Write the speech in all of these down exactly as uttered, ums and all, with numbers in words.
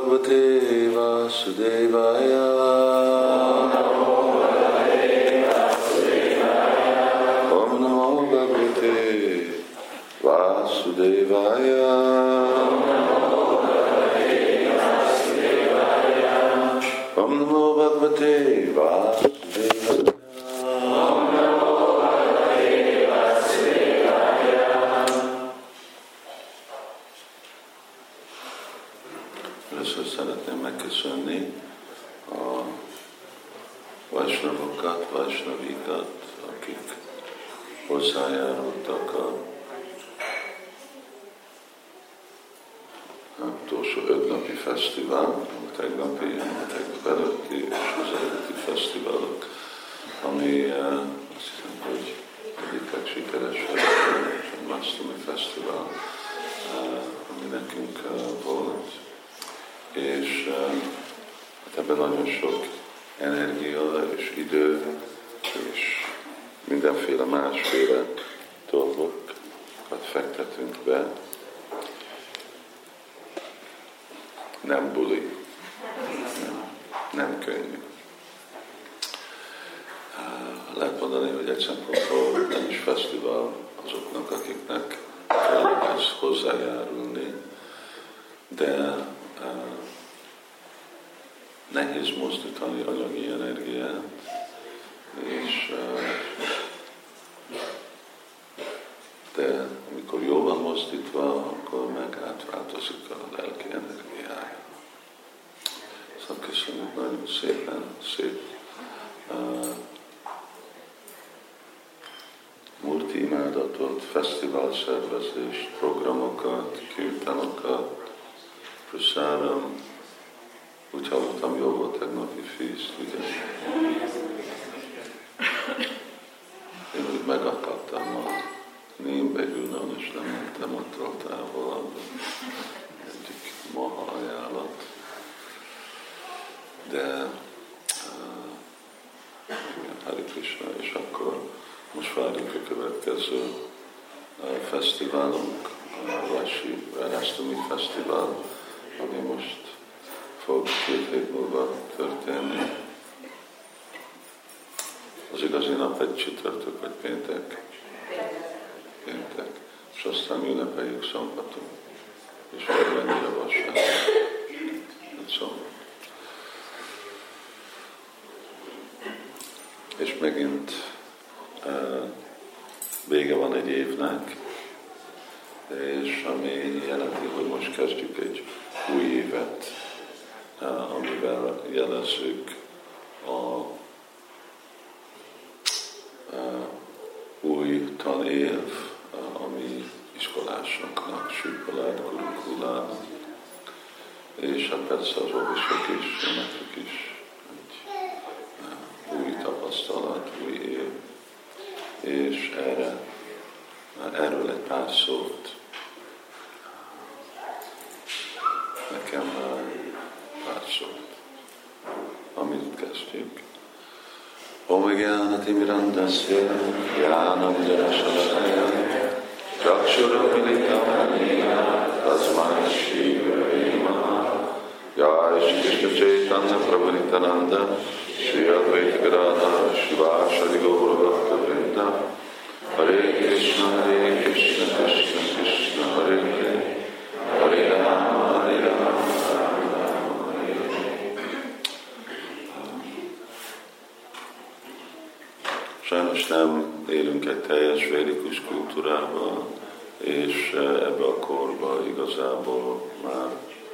Bhagavate Vasudevaya. Om Namo Bhagavate Vasudevaya. Om Namo Bhagavate Vasudevaya. Először szeretném megköszönni a Vaishnavokat, Vaishnavikat, akik hozzájárultak a utolsó öt napi fesztivál, a tegnapi, a tegnap előtti és az előtti fesztiválok, ami azt hiszem, hogy egyik legsikeresebb a Mastami Fesztivál, ami nekünk volt. És hát ebben nagyon sok energia és idő és mindenféle másféle dolgokat fektetünk be. Nem buli, nem, nem könnyű. Lehet mondani, hogy egy szempontból nem is fesztivál azoknak, akiknek kell ezt hozzájárulni, de nehéz mozdítani anyagi energiát, és de amikor jól van mozdítva, akkor meg átváltozik a lelki energiája. Szóval köszönjük nagyon szépen, szép uh, murti imádatot, fesztivál szervezést, programokat, kirtanokat, prasáram. Úgy hallottam, jó volt tegnapi feast, ugye? Én úgy megakadtam a Némbegülön, és nem mentem attól távol, egyik maha ajánlat. De uh, Hare Krishna, és akkor most várjuk a következő uh, fesztiválunk, a Vaisi Várasztami Fesztivál, ami most fog két hét múlva történni. Az igazi nap egy csütörtök vagy péntek. Péntek. És aztán ünnepeljük szombaton. És megvenni a vasárnap. Szombat. És megint uh, vége van egy évnek, és ami jelenti, hogy most kezdjük egy új évet, amivel jelezzük a, a új tanév, ami iskolásoknak, Sripalád, Gurukulának, és hát persze az orvosok is, nekik is egy új tapasztalat, új év, és erre, erről egy pár szót nekem pár szót, amit kezdjük. Om Jnanati Mirandasya Jnanam Janashalakaya Chakshurapilitam Anina Tasmai Shri Gurave Namaha Jai Shri Krishna Chaitanya Prabhu Nityananda Shri Advaita Gadadhara Shivasari Gaura Bhakta Vrinda Hare Krishna Hare Krishna Krishna Krishna Hare Hare Hare Rama Hare Rama Sajnos nem élünk egy teljes védikus kultúrában, és ebbe a korba igazából már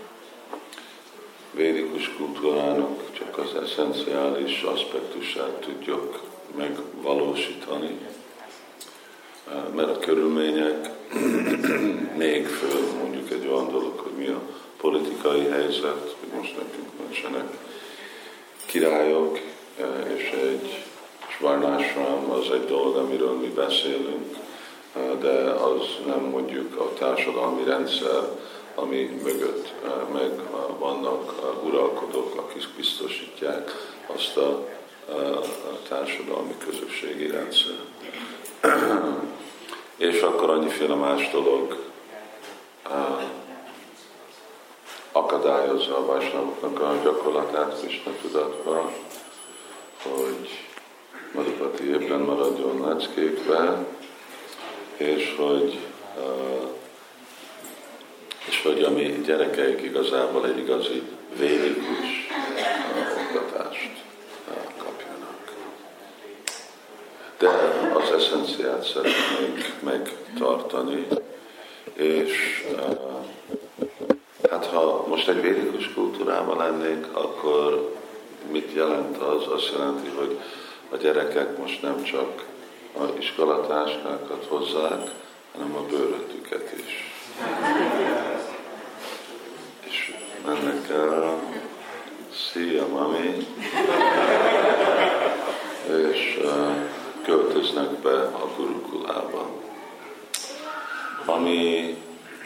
védikus kultúrának csak az eszenciális aspektusát tudjuk megvalósítani, mert a körülmények még föl mondjuk egy olyan dolog, hogy mi a politikai helyzet, hogy most nekünk nincsenek királyok, és egy Varnásram az egy dolog, amiről mi beszélünk, de az nem mondjuk a társadalmi rendszer, ami mögött meg vannak uralkodók, akik biztosítják azt a társadalmi közösségi rendszer. És akkor annyiféle más dolog akadályozza a Vaisnavoknak a gyakorlatát Krishna tudatban, hogy Madhupati ébben maradjon leckékbe, és hogy, uh, és hogy a mi gyerekeik igazából egy igazi védikus uh, oktatást uh, kapjanak. De az eszenciát szeretnénk megtartani, és uh, hát ha most egy védikus kultúrában lennénk, akkor mit jelent az? Azt jelenti, hogy a gyerekek most nem csak az iskolatáskákat hozzák, hanem a bőrötüket is. És mennek el, szia mami, és uh, költöznek be a gurukulába. Ami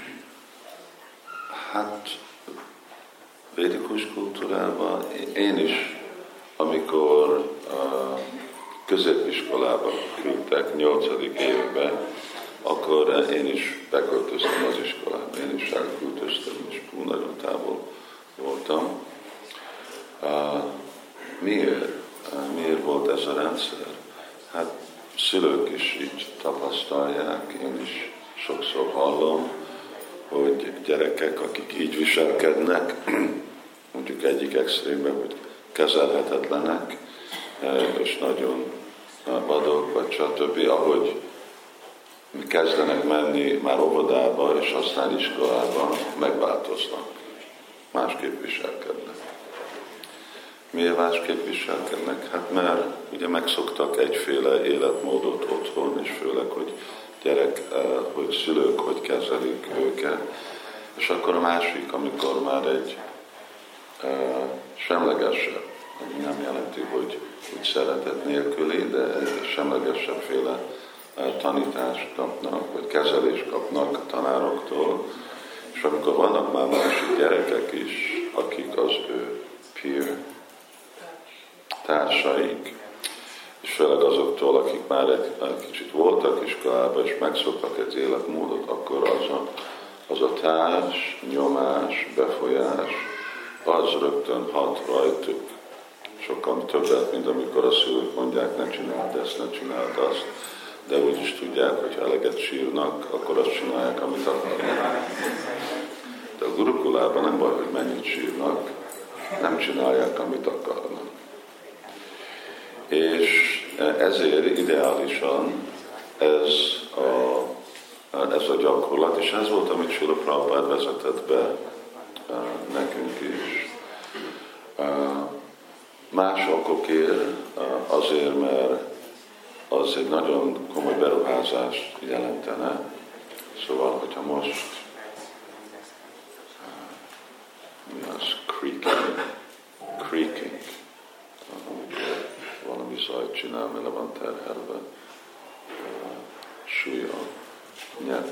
hát védikus kultúrában én is, amikor uh, középiskolába küldtek nyolcadik évben, akkor én is beköltöztem az iskolába, én is elköltöztem, és nagyon távol voltam. Uh, miért? Uh, miért volt ez a rendszer? Hát szülők is így tapasztalják, én is sokszor hallom, hogy gyerekek, akik így viselkednek, mondjuk egyik extrémben, hogy kezelhetetlenek, és nagyon vadok, vagy stb. Ahogy kezdenek menni már óvodába, és aztán iskolába, megváltoznak. Másképp viselkednek. Miért másképp viselkednek? Hát mert ugye megszoktak egyféle életmódot otthon, és főleg, hogy gyerek, hogy szülők, hogy kezelik őket. És akkor a másik, amikor már egy semlegesebb, ami nem jelenti, hogy úgy szeretet nélküli, de egy semlegesebbféle tanítást kapnak, vagy kezelést kapnak a tanároktól, és amikor vannak már másik gyerekek is, akik az ő peer társaik, és főleg azoktól, akik már egy, egy kicsit voltak iskolában, és megszoktak egy életmódot, akkor az a, az a társ, nyomás, befolyás, az rögtön hat rajtuk. Sokkal többet, mint amikor a szülők mondják, ne csináld ezt, ne csináld azt, de úgy is tudják, hogy ha eleget sírnak, akkor azt csinálják, amit akarnak. De a gurukulában nem baj, hogy mennyit sírnak, nem csinálják, amit akarnak. És ezért ideálisan ez a, ez a gyakorlat, és ez volt, amit Srila Prabhupád vezetett be nekünk is. Más okokért, azért, mert az egy nagyon komoly beruházást jelentene. Szóval, hogyha most mi az creaking, creaking, amikor valami zajt csinál, mert le van terhelve, súlya, nyelv,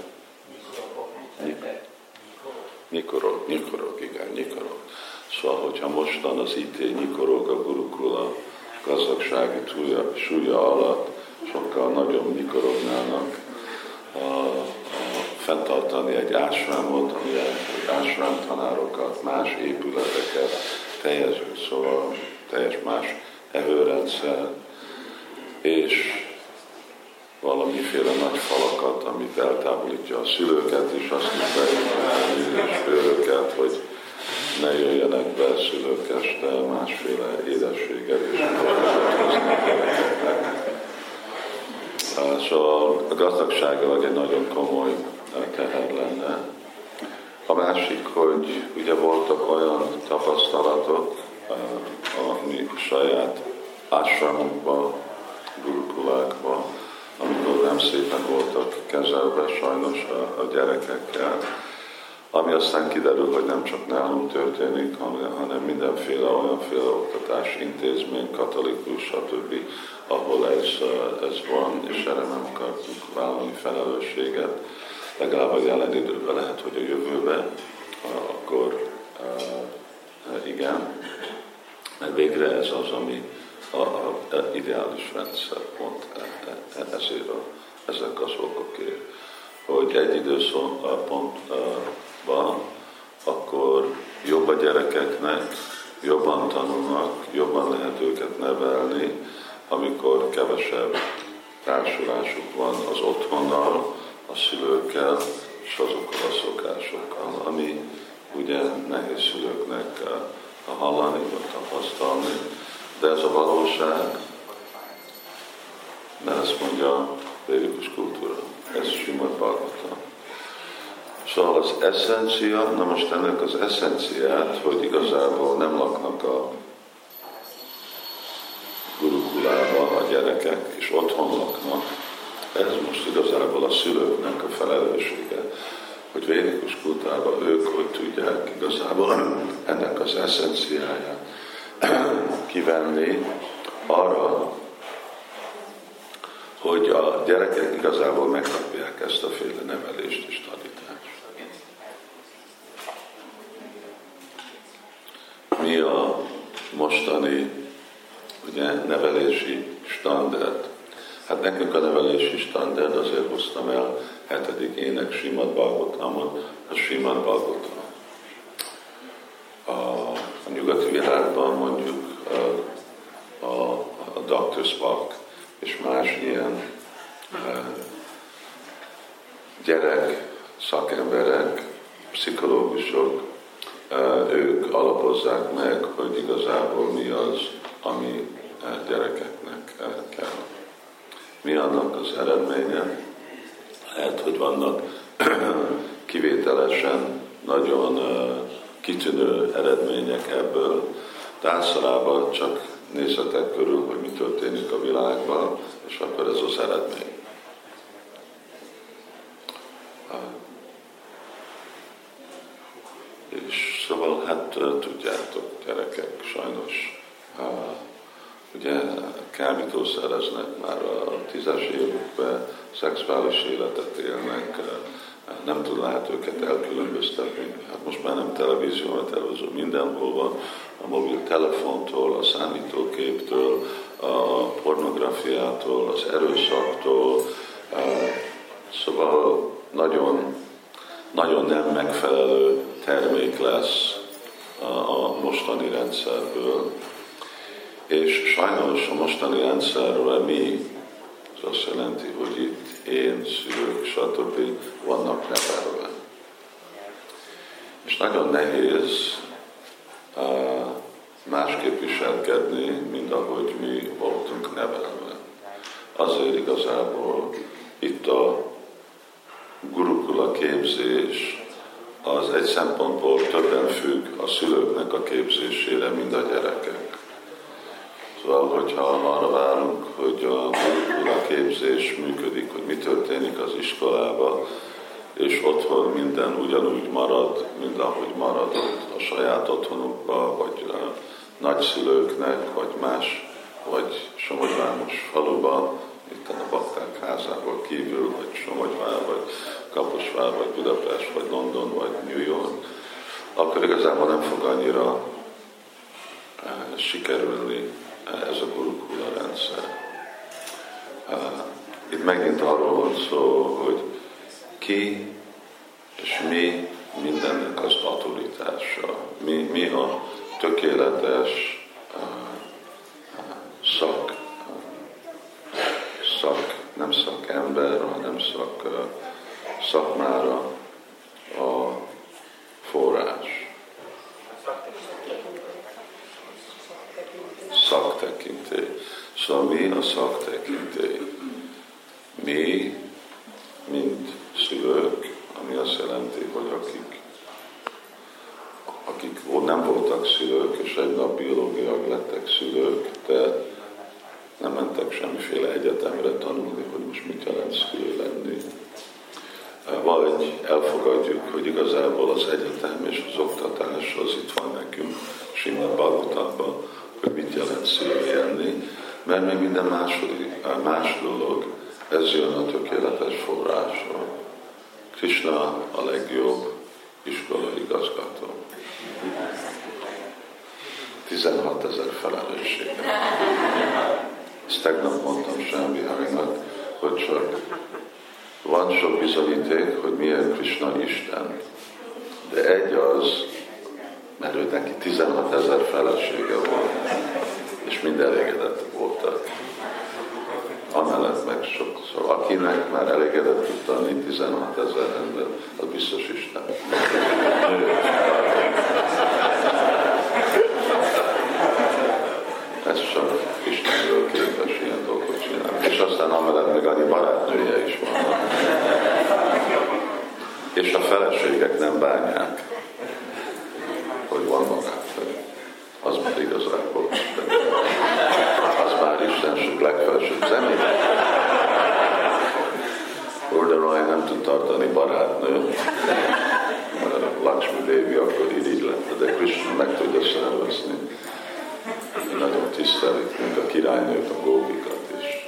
nyikorog, nyikorog, igen, nyikorog. Szóval, hogyha mostan az ité nyikorog a gurukula gazdagsági túlja, súlya alatt, sokkal nagyobb nyikorognának a, a fenntartani egy ásrámot, ami egy ásrám tanárokat, más épületeket, teljes, szóval teljes más evőrendszer, és valamiféle nagy falakat, amit eltávolítja a szülőket is, azt is beépíteni, és őröket, hogy ne jöjjenek be szülők este másféle édességgel és Szóval a gazdagsággal egy nagyon komoly teher lenne. A másik, hogy ugye voltak olyan tapasztalatok a mi saját ásramokban, gurukulákban, amikor nem szépen voltak kezelve sajnos a, a gyerekekkel, ami aztán kiderül, hogy nem csak nálunk történik, hanem mindenféle olyanféle oktatási intézmény, katolikus, stb., ahol ez, ez van, és erre nem akartunk vállalni felelősséget. Legalább a jelen időben lehet, hogy a jövőben, akkor igen, mert végre ez az, ami a, a, a ideális rendszer pont ezért a, ezek az okokért, hogy egy időpontban akkor jobb a gyerekeknek, jobban tanulnak, jobban lehet őket nevelni, amikor kevesebb társulásuk van az otthonnal, a szülőkkel, és azokkal a szokásokkal, ami ugye nehéz szülőknek hallani, vagy tapasztalni, de ez a valóság, mert ezt mondja a védikus kultúra, ez Srimad Bhagavatam. Szóval az eszencia, na most ennek az eszenciát, hogy igazából nem laknak a gurukulában a gyerekek, és otthon laknak, ez most igazából a szülőknek a felelőssége, hogy védikus kultúrában ők hogy tudják igazából ennek az eszenciáját kivenni arra, hogy a gyerekek igazából megkapják ezt a féle nevelést és tanítást. Mi a mostani ugye, nevelési standard? Hát nekünk a nevelési standard, azért hoztam el hetedik ének Srimad Bhagavatamot, a Srimad Bhagavatam. A, a nyugati világban mondjuk a, a, a doktor Spock és más ilyen gyerek, szakemberek, pszichológusok, ők alapozzák meg, hogy igazából mi az, ami gyerekeknek kell. Mi annak az eredménye? Lehet, hogy vannak kivételesen nagyon kitűnő eredmények ebből, de általában csak nézzetek körül, hogy mi történik a világban, és akkor ez az eredmény. És szóval hát tudjátok, gyerekek sajnos ugye kábítószereznek már a tízes évükben, szexuális életet élnek, nem tud lehet őket elkülönböztetni. Hát most már nem televízió, mert televízió mindenhol van, a mobiltelefontól, a számítógéptől, a pornográfiától, az erőszaktól, szóval nagyon, nagyon nem megfelelő termék lesz a mostani rendszerből. És sajnos a mostani rendszerről mi, az azt jelenti, hogy itt én, szülők, stb. Vannak nevelve. És nagyon nehéz uh, másképp viselkedni, mint ahogy mi voltunk nevelve. Azért igazából itt a gurukula képzés az egy szempontból többen függ a szülőknek a képzésére, mint a gyerekek. Szóval, hogyha arra várunk, hogy a gurukula képzés működik, hogy mi történik az iskolában, és otthon minden ugyanúgy marad, mint ahogy maradott a saját otthonukban, vagy a nagyszülőknek, vagy más, vagy Somogyvámos faluban, itt a bakták házából kívül, vagy Somogyvár, vagy Kaposvár, vagy Budapest, vagy London, vagy New York, akkor igazából nem fog annyira eh, sikerülni ez a gurukula rendszer. Uh, itt megint arról van szó, hogy ki és mi mindennek az autoritása. Mi, mi a tökéletes uh, szak, uh, szak, nem szakember, hanem szak, uh, szakmára a forrás. Szaktekintély. Szóval mi a szaktekintély? Mi, mint szülők, ami azt jelenti, hogy akik, akik nem voltak szülők, és egy nap biológiailag lettek szülők, de nem mentek semmiféle egyetemre tanulni, hogy most mit jelent szülő lenni. Vagy elfogadjuk, hogy igazából az egyetem és az oktatás az itt van nekünk, Srimad Bhagavatamban, hogy mit jelent szülő lenni, mert még minden második, más dolog, ez jön a tökéletes forrásról. Krishna a legjobb iskola igazgató. tizenhatezer felelősség. Ezt tegnap mondtam Sámi Harinak, hogy csak van sok bizonyíték, hogy milyen Krishna Isten, de egy az, mert ő neki tizenhat ezer felesége volt, és mind elégedett voltak. Amellett meg sokszor, akinek már elégedett tud tenni tizenhat ezer ember, az biztos Isten. Ez csak Istenről képes ilyen dolgot csinálni. És aztán amellett meg annyi barátnője is van. És a feleségek nem bánják, hogy van barátnő. Az már igazából az már Istenség legfelsőbb személy. Urdaraj nem tud tartani barátnő. Lakshmi Devi akkor így lett, de Krishna meg tudja szervezni. Nagyon tisztelik, mint a királynők, a gópikat is.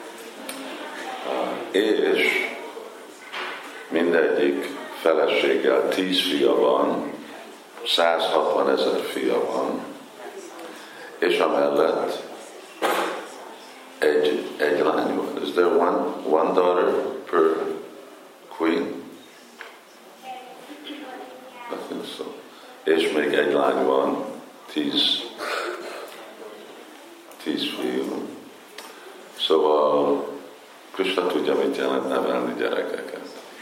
És mindegyik feleséggel tíz fia van, százhatvan ezer fia van, és amellett egy, egy lány van. Is there one, one daughter per queen? I think so. És még egy lány van, tíz, tíz fiú. Szóval Krishna tudja, mit jelent nevelni gyerekeket.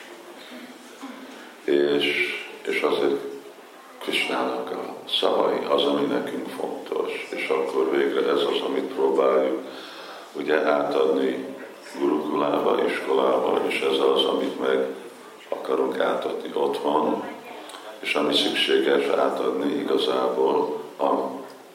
És, és azért Krishnának a szavai az, ami nekünk fontos, és akkor végre ez az, amit próbáljuk ugye átadni gurukulába, iskolába, és ez az, amit meg akarunk átadni otthon, és ami szükséges átadni igazából a, a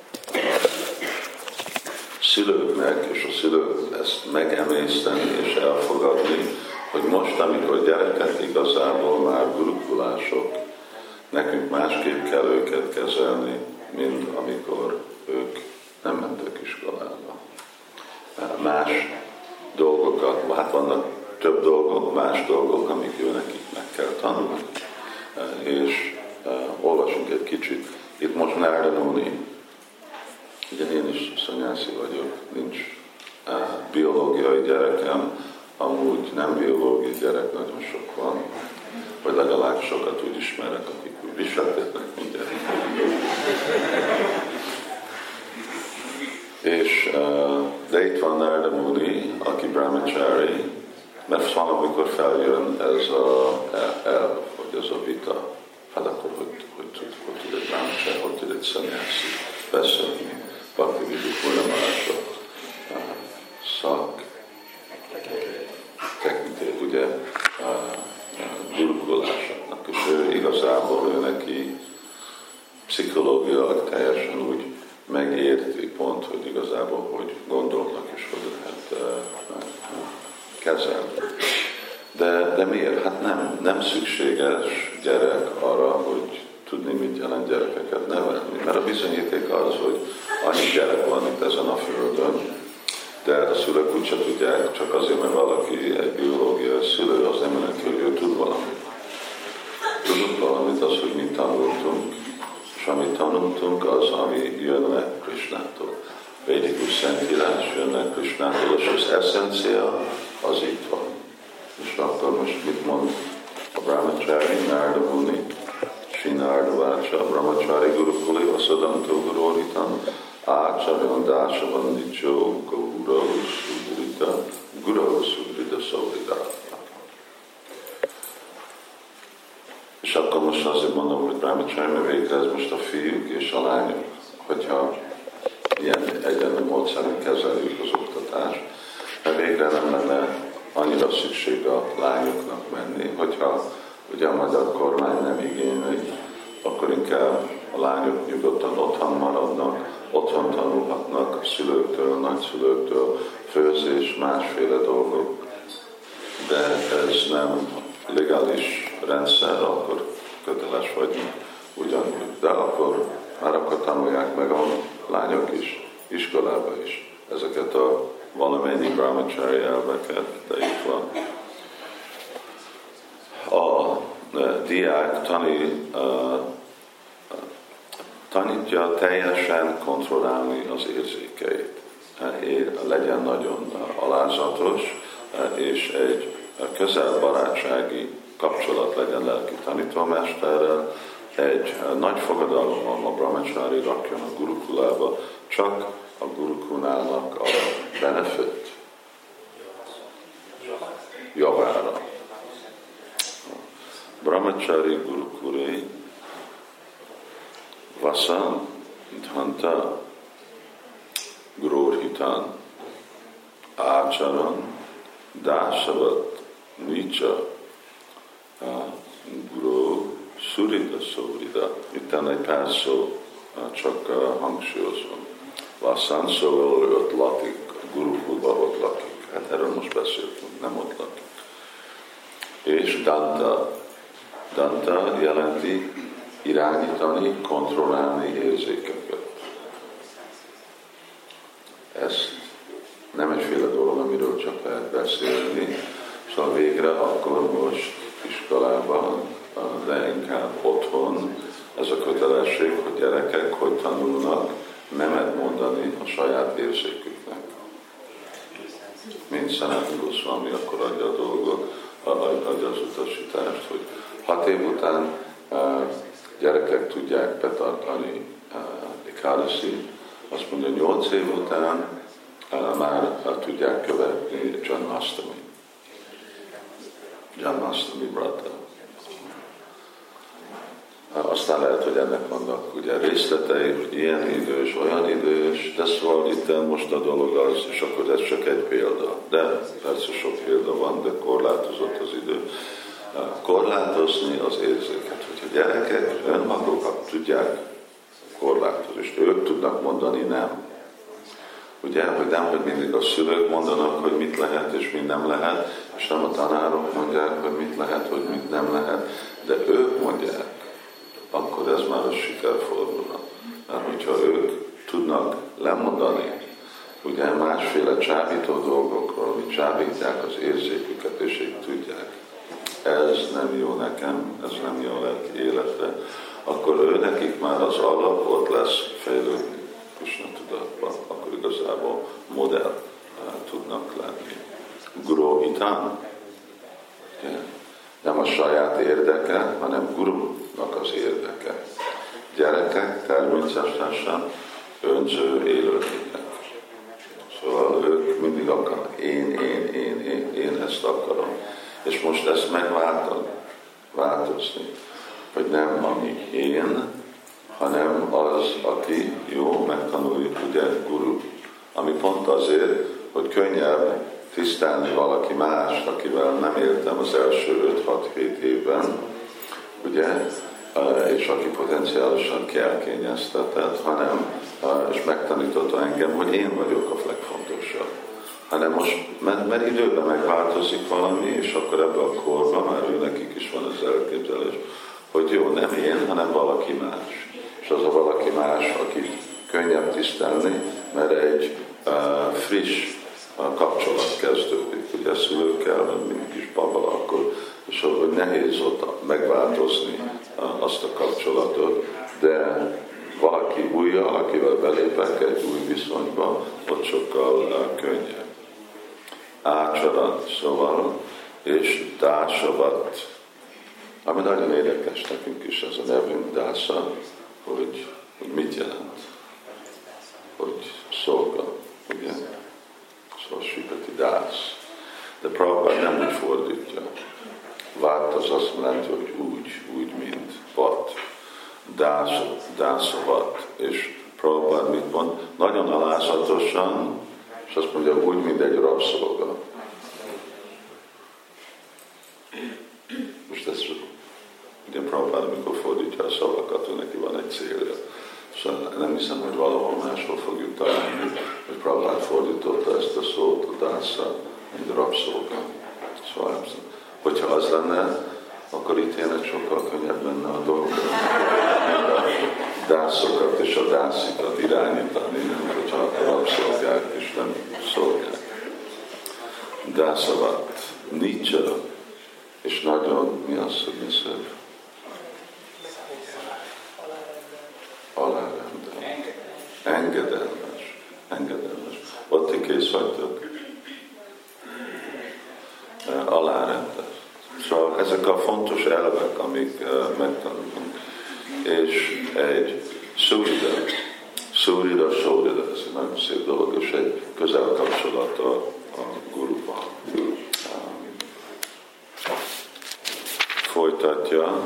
szülőknek, és a szülők ezt megemészteni és elfogadni, hogy most, amikor gyereket igazából már gurukulások, nekünk másképp kell őket kezelni, mint amikor ők nem mentek iskolába. Más dolgokat, hát vannak több dolgok, más dolgok, amik ő nekik meg kell tanulni. És uh, olvasunk egy kicsit. Itt most Narada Muni, ugye én is szanyászi vagyok, nincs uh, biológiai gyerekem, amúgy nem biológiai gyerek nagyon sok van, vagy legalább sokat úgy ismerek, akik úgy viseltetnek mindjárt. És, de itt van Narada Muni, aki brahmachari, mert valamikor feljön ez a el, hogy ez a vita, hát akkor hogy, hogy, hogy, hogy tud egy brahmachari, hogy tud egy szanyászi beszélni, Bhakti Vidhi folyamások, szak, technikai, ugye, gurukulásoknak, és ő igazából ő neki pszichológiailag teljesen úgy megérti pont, hogy igazából hogy gondolnak és hogy lehet uh, kezelni. De, de miért? Hát nem, nem szükséges gyerek arra, hogy tudni, mit jelent gyerekeket nevelni. Mert a bizonyíték az, hogy annyi gyerek van itt ezen a földön, de a szülők úgyse tudják, csak azért, mert valaki egy biológiai szülő, az nem jelenti, hogy ő tud valamit. Tudunk valamit, az, hogy mi tanultunk, és amit tanultunk, az, ami jönne Krishnától. Védikus szentírás jönne Krishnától, és az eszencia az itt van. És akkor most mit mond a brahmachari, Narada Muni, Sri Narada Vácsa, brahmachari gurukuli, vasadantó guroritam, Ácsavan, Dásavan, Nicsó, Gaura, Sudrita, Gura, Sudrita, Saurida. És akkor most azért mondom, hogy brahmachari, mert végre ez most a fiúk és a lányok, hogyha ilyen egyenlő módszerűen kezeljük az oktatást, mert végre nem lenne annyira szükség a lányoknak menni, hogyha ugye a magyar kormány nem igényli, akkor inkább a lányok nyugodtan otthon maradnak, otthon tanulhatnak a szülőktől, a nagyszülőktől, főzés, másféle dolgok. De ez nem legális rendszer, akkor köteles vagyunk ugyanúgy. De akkor már akkor tanulják meg a lányok is, iskolába is ezeket a valamennyi brahmachari elveket, de itt van. A diák tani, uh, tanítja teljesen kontrollálni az érzékeit. Legyen nagyon alázatos, és egy közel barátsági kapcsolat legyen lelki tanítómesterrel, egy nagy fogadalommal a brahmacsári rakjon a gurukulába, csak a gurukulának a benefit javára. Brahmacsári gurukulé vasan dhanta gróhitan ácsaran dásavat nicsa guru surida szórida. Itten egy pár szó, csak hangsúlyozom. Vasan, szóval ő ott lakik, a gurukulban ott lakik. Hát erről most beszéltünk, nem ott lakik. És danta. Danta jelenti irányítani, kontrollálni érzékeket. Ez nem egyféle dolog, amiről csak lehet beszélni. Szóval végre akkor most iskolában, de inkább otthon ez a kötelesség, hogy gyerekek hogy tanulnak nemet mondani a saját érzéküknek. Mint Sanatana Goswami akkor adja a dolgot, adja az utasítást, hogy hat év után gyerekek tudják betartani Ekadasi, azt mondja, nyolc év után már tudják követni Janmashtami. Janmashtami brata. Aztán lehet, hogy ennek vannak ugye részletei, hogy ilyen idős, olyan idős, de szóval itt most a dolog az, és akkor ez csak egy példa. De persze sok példa van, de korlátozott az idő. Korlátozni az érzéket, hogy a gyerekek önmagukat tudják korlátozni, és ők tudnak mondani nem. Ugye, hogy nem, hogy mindig a szülők mondanak, hogy mit lehet és mit nem lehet, és nem a tanárok mondják, hogy mit lehet, hogy mit nem lehet, de ők mondják, akkor ez már a sikerformula. Mert hogyha ők tudnak lemondani, ugye másféle csábító dolgokról, hogy csábítják az érzéküket, és ők tudják, ez nem jó nekem, ez nem jó lelki életre, akkor ő nekik már az alap ott lesz fejlődni Krishna tudatban, akkor igazából modell tudnak lenni. Guru itán, nem a saját érdeke, hanem gurunak az érdeke. Gyerekek természetesen önző élőlények. Szóval ők mindig akarnak, én, én, én, én, én ezt akarom. És most ezt megváltani, változni, hogy nem ami én, hanem az, aki jó, megtanuljuk, ugye, guru. Ami pont azért, hogy könnyebb tisztelni valaki más, akivel nem éltem az első öt-hat-hét évben, ugye, és aki potenciálisan kielkényeztetett, hanem, és megtanította engem, hogy én vagyok a legfontosabb. Hanem most, mert, mert időben megváltozik valami, és akkor ebben a korban már ő nekik is van az elképzelés, hogy jó, nem én, hanem valaki más. És az a valaki más, aki könnyebb tisztelni, mert egy uh, friss uh, kapcsolat kezdődik. Ugye szülőkkel, mert mindig is babala, akkor, és hogy nehéz ott megváltozni uh, azt a kapcsolatot, de valaki újjal, akivel belépek egy új viszonyba, ott sokkal uh, könnyebb. Ácsarat, szóval, és dásavat, ami nagyon érdekes nekünk is ez a nevünk, dásza, hogy, hogy mit jelent, hogy szolga, ugye? Szóval Sripati dász. De Prabhupád nem úgy fordítja. Vát az azt jelenti, hogy úgy, úgy, mint vat. Dász, dászavat. És Prabhupád mit mond? Nagyon alázatosan, és azt mondja, úgy, mint egy rabszolga. Most ez ugye Prabhupád, amikor fordítja a szavakat, hogy neki van egy célja. Szóval nem hiszem, hogy valahol máshol fogjuk találni, hogy Prabhupád fordította ezt a szót, a dásza, mint rabszolga. Szóval, hogyha az lenne, akkor itt tényleg sokkal könnyebb lenne a dolog. A dászokat és a dászikat irányítani, nem hogyha a rabszolgák és nem szolgák. Dászavat, nicsa, és nagyon, mi az, hogy mi szép? Alárendelmes. Engedelmes. Engedelmes. Ott ti kész vagytok? Alárendelmes. Szóval ezek a fontos elvek, amik megtanulunk. és egy szúrida, szúrida, sórida, ez egy nagyon szép dolog, és egy közel kapcsolata a guruval. Folytatja.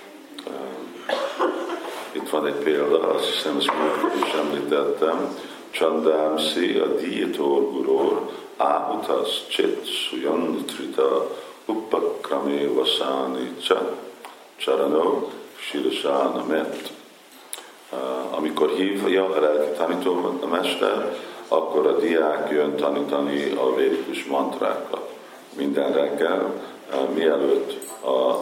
Itt van egy példa, azt hiszem, ezt múltkor is említettem. Chandamsi a díjtór guror áhutas csit suyantrita uppakrame vasani csa csaranó sirasána met. Amikor hívja a lelki tanítómester, akkor a diák jön tanítani a védikus mantrákat minden reggel, mielőtt a, a,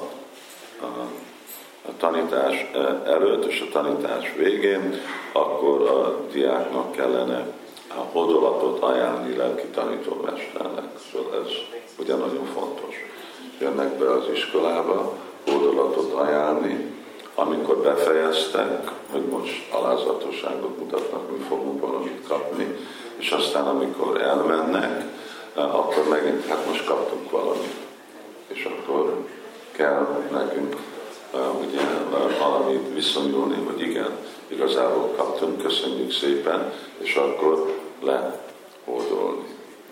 a tanítás előtt és a tanítás végén, akkor a diáknak kellene a hódolatot ajánlni lelki tanítómesternek. Szóval ez ugye nagyon fontos. Jönnek be az iskolába, hódolatot ajánlni, amikor befejeztek, hogy most alázatosságot mutatnak, mi fogunk valamit kapni, és aztán amikor elmennek, akkor megint, hát most kaptunk valamit. És akkor kell nekünk ugye valamit viszonyulni, hogy igen, igazából kaptunk, köszönjük szépen, és akkor lehódolni.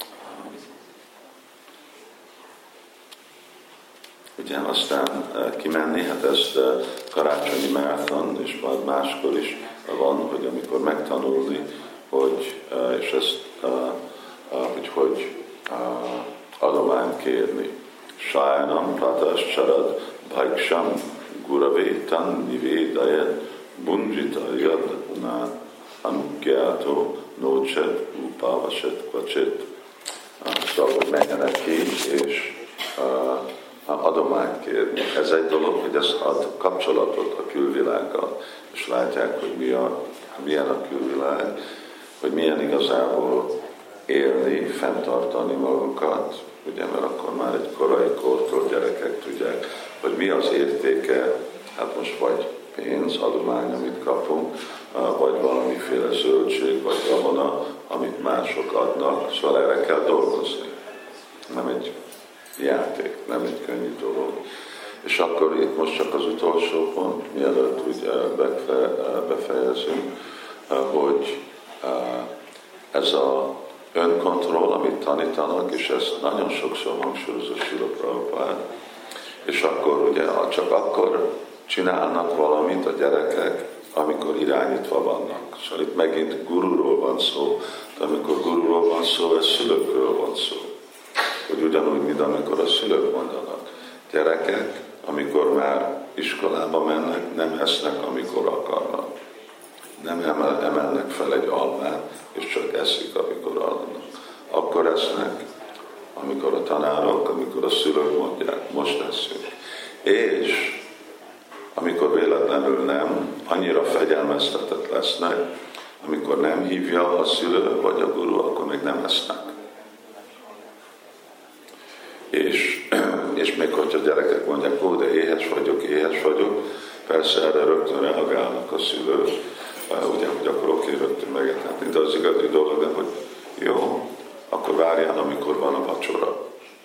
Ugye aztán kimenni, hát ezt karácsonyi marathon, és majd máskor is van, hogy amikor megtanulni, hogy, és ezt, hogy hogy adományt kérni. Sajnam, Ratas, Csarad, Bhajksam, Guravétan, Nivédajed, Bunjita, Jadna, Anugyátó, Nócsed, Upavaset, Kvacset. Szóval, hogy menjenek ki, és adományt kérni. Ez egy dolog, hogy ez ad kapcsolatot a külvilággal, és látják, hogy mi a, milyen a külvilág, hogy milyen igazából élni, fenntartani magukat, ugye, mert akkor már egy korai kortól gyerekek tudják, hogy mi az értéke, hát most vagy pénz, adomány, amit kapunk, vagy valamiféle zöldség, vagy gabona, amit mások adnak, szóval erre kell dolgozni. Nem egy játék, nem egy könnyű dolog. És akkor itt most csak az utolsó pont, mielőtt ugye befejezünk, hogy ez a önkontroll, amit tanítanak, és ezt nagyon sokszor hangsúlyozza Srila Prabhupád, és akkor ugye csak akkor csinálnak valamit a gyerekek, amikor irányítva vannak. Szóval itt megint gururól van szó, de amikor gururól van szó, ez szülőkről van szó. Hogy ugyanúgy, mint amikor a szülők mondanak. Gyerekek, amikor már iskolába mennek, nem esznek, amikor akarnak. Nem emel, emelnek fel egy almát, és csak eszik, amikor aludnak. Akkor esznek, amikor a tanárok, amikor a szülők mondják, most eszünk. És amikor véletlenül nem, annyira fegyelmeztetett lesznek, amikor nem hívja a szülő vagy a guru, akkor még nem esznek. És, és még hogyha gyerekek mondják, ó, de éhes vagyok, éhes vagyok, persze erre rögtön reagálnak a szülők, ugye, hogy akkor oké, rögtön megethetni, de az igazi dolog, de hogy jó, akkor várjál, amikor van a vacsora.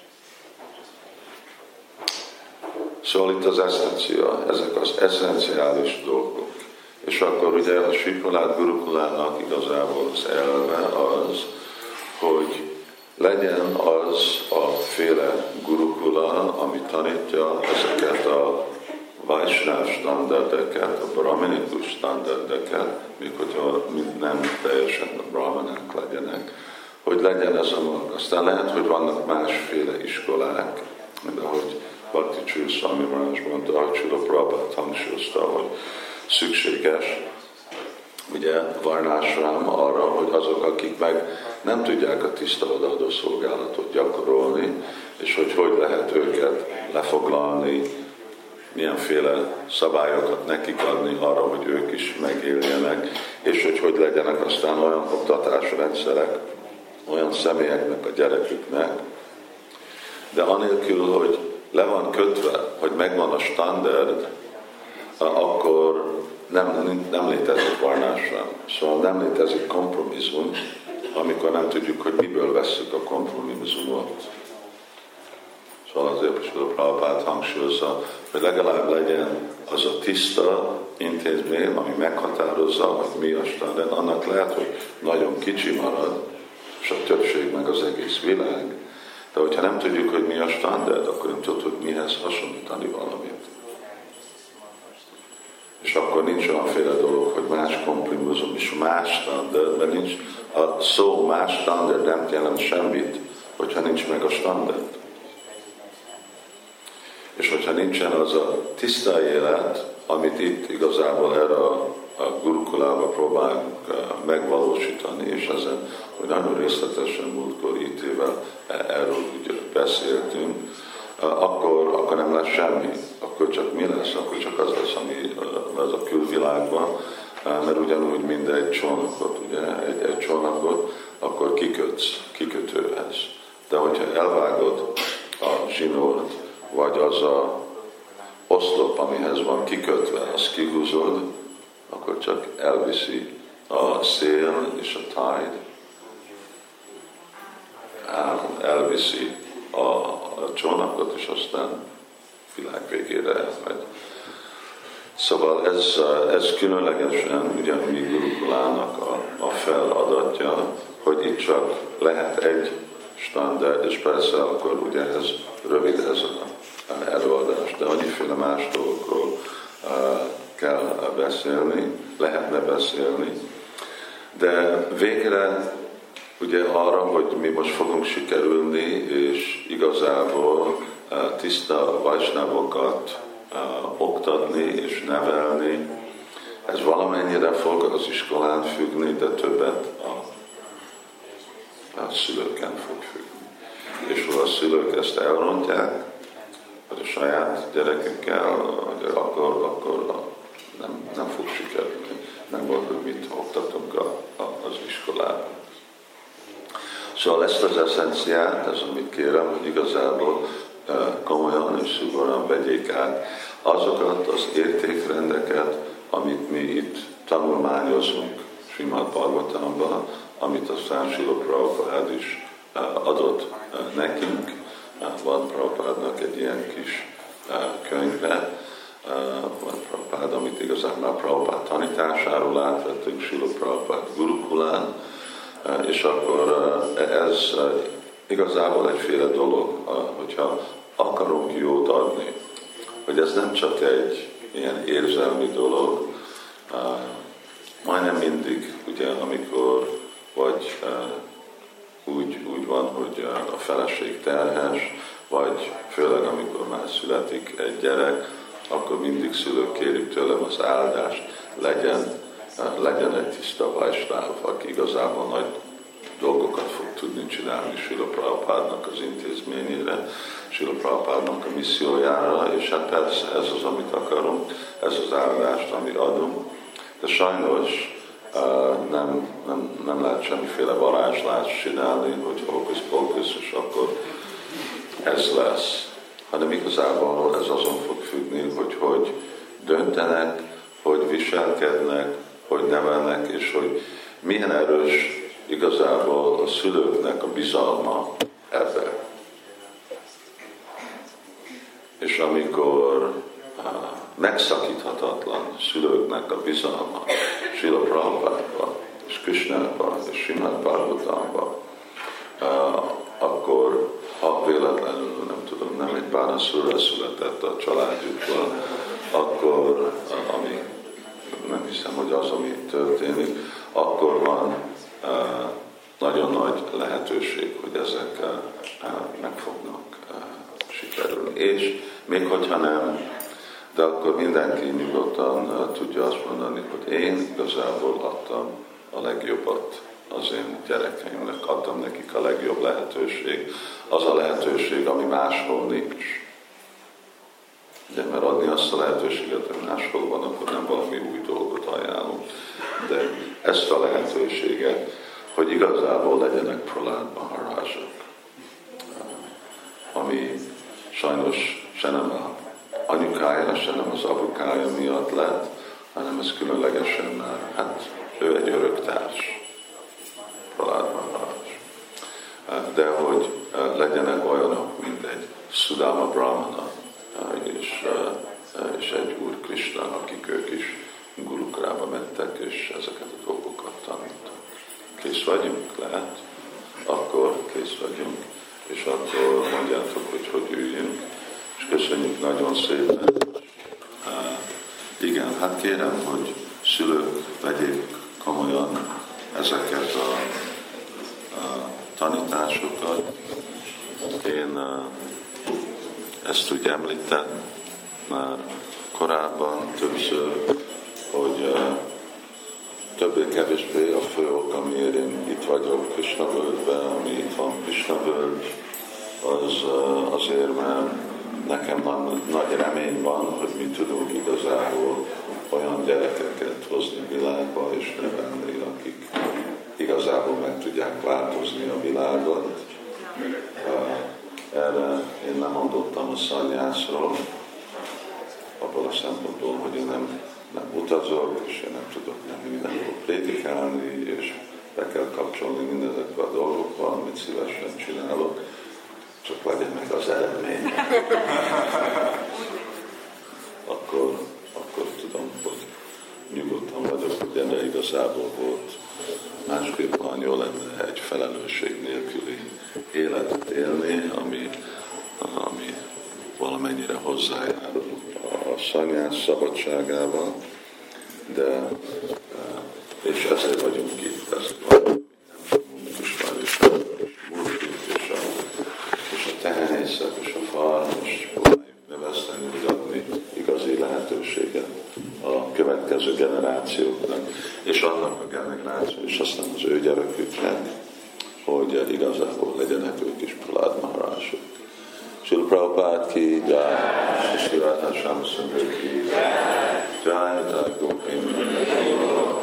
Szóval itt az eszencia, ezek az eszenciális dolgok. És akkor ugye a Sripalád Gurukulának igazából az elve az, hogy legyen az a féle gurukula, ami tanítja ezeket a Vaisnáv standardeket, a brahmanikus standardeket, még hogyha nem teljesen a brahmanák legyenek, hogy legyen ez a maga. Aztán lehet, hogy vannak másféle iskolák, de ahogy Bhakti Csúr Swami Maharaj mondta, ahogy Srila Prabhupád hangsúlyozta, hogy szükséges, ugye varnásrám arra, hogy azok, akik meg nem tudják a tiszta odaadó szolgálatot gyakorolni, és hogy hogy lehet őket lefoglalni, milyenféle szabályokat nekik adni arra, hogy ők is megéljenek, és hogy hogy legyenek aztán olyan oktatásrendszerek, olyan személyeknek, a gyereküknek, de anélkül, hogy le van kötve, hogy megvan a standard, akkor nem, nem létezik varnásra. Szóval nem létezik kompromisszum, amikor nem tudjuk, hogy miből vesszük a kompromisszumot. Szóval azért is a Prabhupád hangsúlyozza, hogy legalább legyen az a tiszta intézmény, ami meghatározza, hogy mi a standard. Annak lehet, hogy nagyon kicsi marad, és a többség meg az egész világ. De hogyha nem tudjuk, hogy mi a standard, akkor nem tudjuk, hogy mihez hasonlítani valamit. És akkor nincs olyanféle dolog, hogy más komprimuzum és más standard, mert nincs, a szó más standard nem jelent semmit, hogyha nincs meg a standard. És hogyha nincsen az a tiszta élet, amit itt igazából erre a, a gurukulába próbálunk megvalósítani, és ezen, hogy nagyon részletesen múltkor itt évvel erről úgy beszéltünk, akkor, akkor nem lesz semmi. Akkor csak mi lesz? Akkor csak az lesz, ami az a külvilágban, mert ugyanúgy mindegy csónakot, ugye, egy, egy csónakot, akkor kikötsz, kikötőhez. De hogyha elvágod a zsinórt, vagy az a oszlop, amihez van kikötve, azt kihúzod, akkor csak elviszi a szél és a tide, elviszi a, a csónakot, és aztán világ végére elmegy. Szóval ez, ez különlegesen ugye mi Gurukulának a, a feladatja, hogy itt csak lehet egy standard, és persze akkor ugye ez rövid ez az előadás, de annyiféle más dolgokról uh, kell beszélni, lehetne beszélni, de végre ugye arra, hogy mi most fogunk sikerülni, és igazából uh, tiszta vajsnávokat uh, oktatni és nevelni, ez valamennyire fog az iskolán függni, de többet a, a szülőken fog függni. És ha a szülők ezt elrontják, vagy a saját gyerekekkel, akkor, akkor nem, nem fog sikerülni. Nem volt, hogy mit oktatunk a, a, az iskolában. Szóval ezt az eszenciát, ez amit kérem, hogy igazából komolyan és szigorúan vegyék át azokat az értékrendeket, amit mi itt tanulmányozunk Srimad Bhagavatamban, amit aztán Srila Prabhupád is adott nekünk. Van Prabhupádnak egy ilyen kis könyve, van Prabhupád, amit igazán már Prabhupád tanításáról átvettünk Srila Prabhupád Gurukulán, és akkor ez igazából egyféle dolog, hogyha akarunk jót adni, hogy ez nem csak egy ilyen érzelmi dolog, majdnem mindig, ugye, amikor vagy úgy, úgy van, hogy a feleség terhes, vagy főleg amikor már születik egy gyerek, akkor mindig szülők kérik tőlem az áldást, legyen, legyen egy tiszta vajsnáv, aki igazából nagy dolgokat fog tudni csinálni Srila Prabhupádnak az intézményére, Srila Prabhupádnak a missziójára, és hát persze ez az, amit akarunk, ez az áldást, amit adunk, de sajnos Uh, nem, nem, nem lehet semmiféle varázslást csinálni, hogy hókusz-pókusz, és akkor ez lesz. Hanem igazából ez azon fog függni, hogy hogy döntenek, hogy viselkednek, hogy nevelnek, és hogy milyen erős igazából a szülőknek a bizalma ebben. És amikor uh, megszakíthatatlan szülőknek a bizalma Srila Prabhupádba, és Krishnában, és Srimad Bhagavatamban, uh, akkor ha véletlenül, nem tudom, nem egy bánaszúra született a családjukban, akkor, uh, ami nem hiszem, hogy az, ami történik, akkor van uh, nagyon nagy lehetőség, hogy ezek uh, uh, meg fognak uh, sikerülni. És még hogyha nem, de akkor mindenki nyugodtan uh, tudja azt mondani, hogy én igazából adtam a legjobbat az én gyerekeimnek, adtam nekik a legjobb lehetőség, az a lehetőség, ami máshol nincs. Ugye, mert adni azt a lehetőséget, hogy máshol van, akkor nem valami új dolgot ajánlunk, de ezt a lehetőséget, hogy igazából legyenek Prahlad Mahārājak, ami sajnos se nem a anyukája, se nem az apukája miatt lett, hanem ez különlegesen már, hát ő egy örök társ, Prahlad Mahārāj. De hogy legyenek olyanok, mint egy Sudama kész vagyunk, lehet, akkor kész vagyunk, és akkor mondjátok, hogy hogy üljünk, és köszönjük nagyon szépen. Uh, igen, hát kérem, hogy szülők vegyék komolyan ezeket a, a tanításokat. Én uh, ezt úgy említem már korábban többször, hogy uh, többé-kevésbé a fő ok, amiért én itt vagyok Krishna völgyben, ami itt van Krishna völgy, az uh, azért, mert nekem nagy, nagy remény van, hogy mi tudunk igazából olyan gyerekeket hozni világba és nevelni, akik igazából meg tudják változni a világot. Uh, erre én nem mondottam a szanyászról, abból a szempontból, hogy én nem, nem utazok, és én nem tudok nem mindenhol prédikálni, és be kell kapcsolni mindezekbe a dolgokba, amit szívesen csinálok, csak legyen meg az eredmény. akkor, akkor tudom, hogy nyugodtan vagyok, hogy ennek igazából volt. Másképpen jó lenne egy felelősség nélküli életet élni, ami, ami valamennyire hozzájárul a szanyász szabadságával, de és ezért vagyunk itt, ezért vagyunk és és a, és a tehenészek, és a farm, és próbáljuk növeszteni, hogy adni igazi lehetőséget a következő generációknak, és annak a generáció, és aztán az ő gyereküknek, hogy igazából legyenek ők is Prahlad Maharajok. Srila Prabhupada ki jai, Sri Radha Shyama Sundar ki jai, Jai Gopinda ki